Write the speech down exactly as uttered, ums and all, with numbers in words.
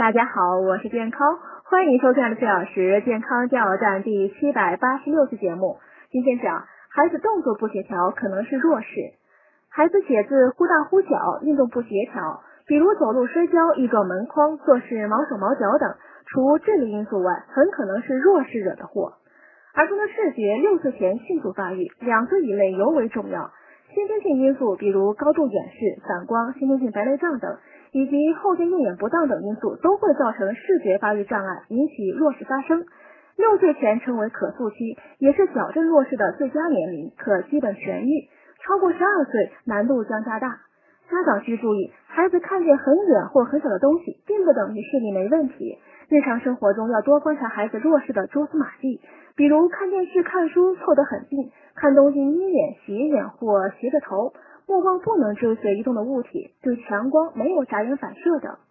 大家好，我是健康，欢迎收看的四小时健康加油站第七百八十六期节目。今天讲孩子动作不协调可能是弱视。孩子写字忽大忽小，运动不协调，比如走路摔跤、易撞门框、做事毛手毛脚等，除智力因素外，很可能是弱视惹的祸。儿童的视觉六岁前迅速发育，两岁以内尤为重要。先天性因素，比如高度远视、散光、先天性白内障等，以及后天用眼不当等因素，都会造成视觉发育障碍，引起弱视发生。六岁前称为可塑期，也是矫正弱视的最佳年龄，可基本痊愈。超过十二岁，难度将加大。家长需注意，孩子看见很远或很小的东西，并不等于视力没问题。日常生活中要多观察孩子弱视的蛛丝马迹，比如看电视、看书凑得很近，看东西眯眼、斜眼或斜着头，目光不能追随移动的物体，对强光没有眨眼反射等。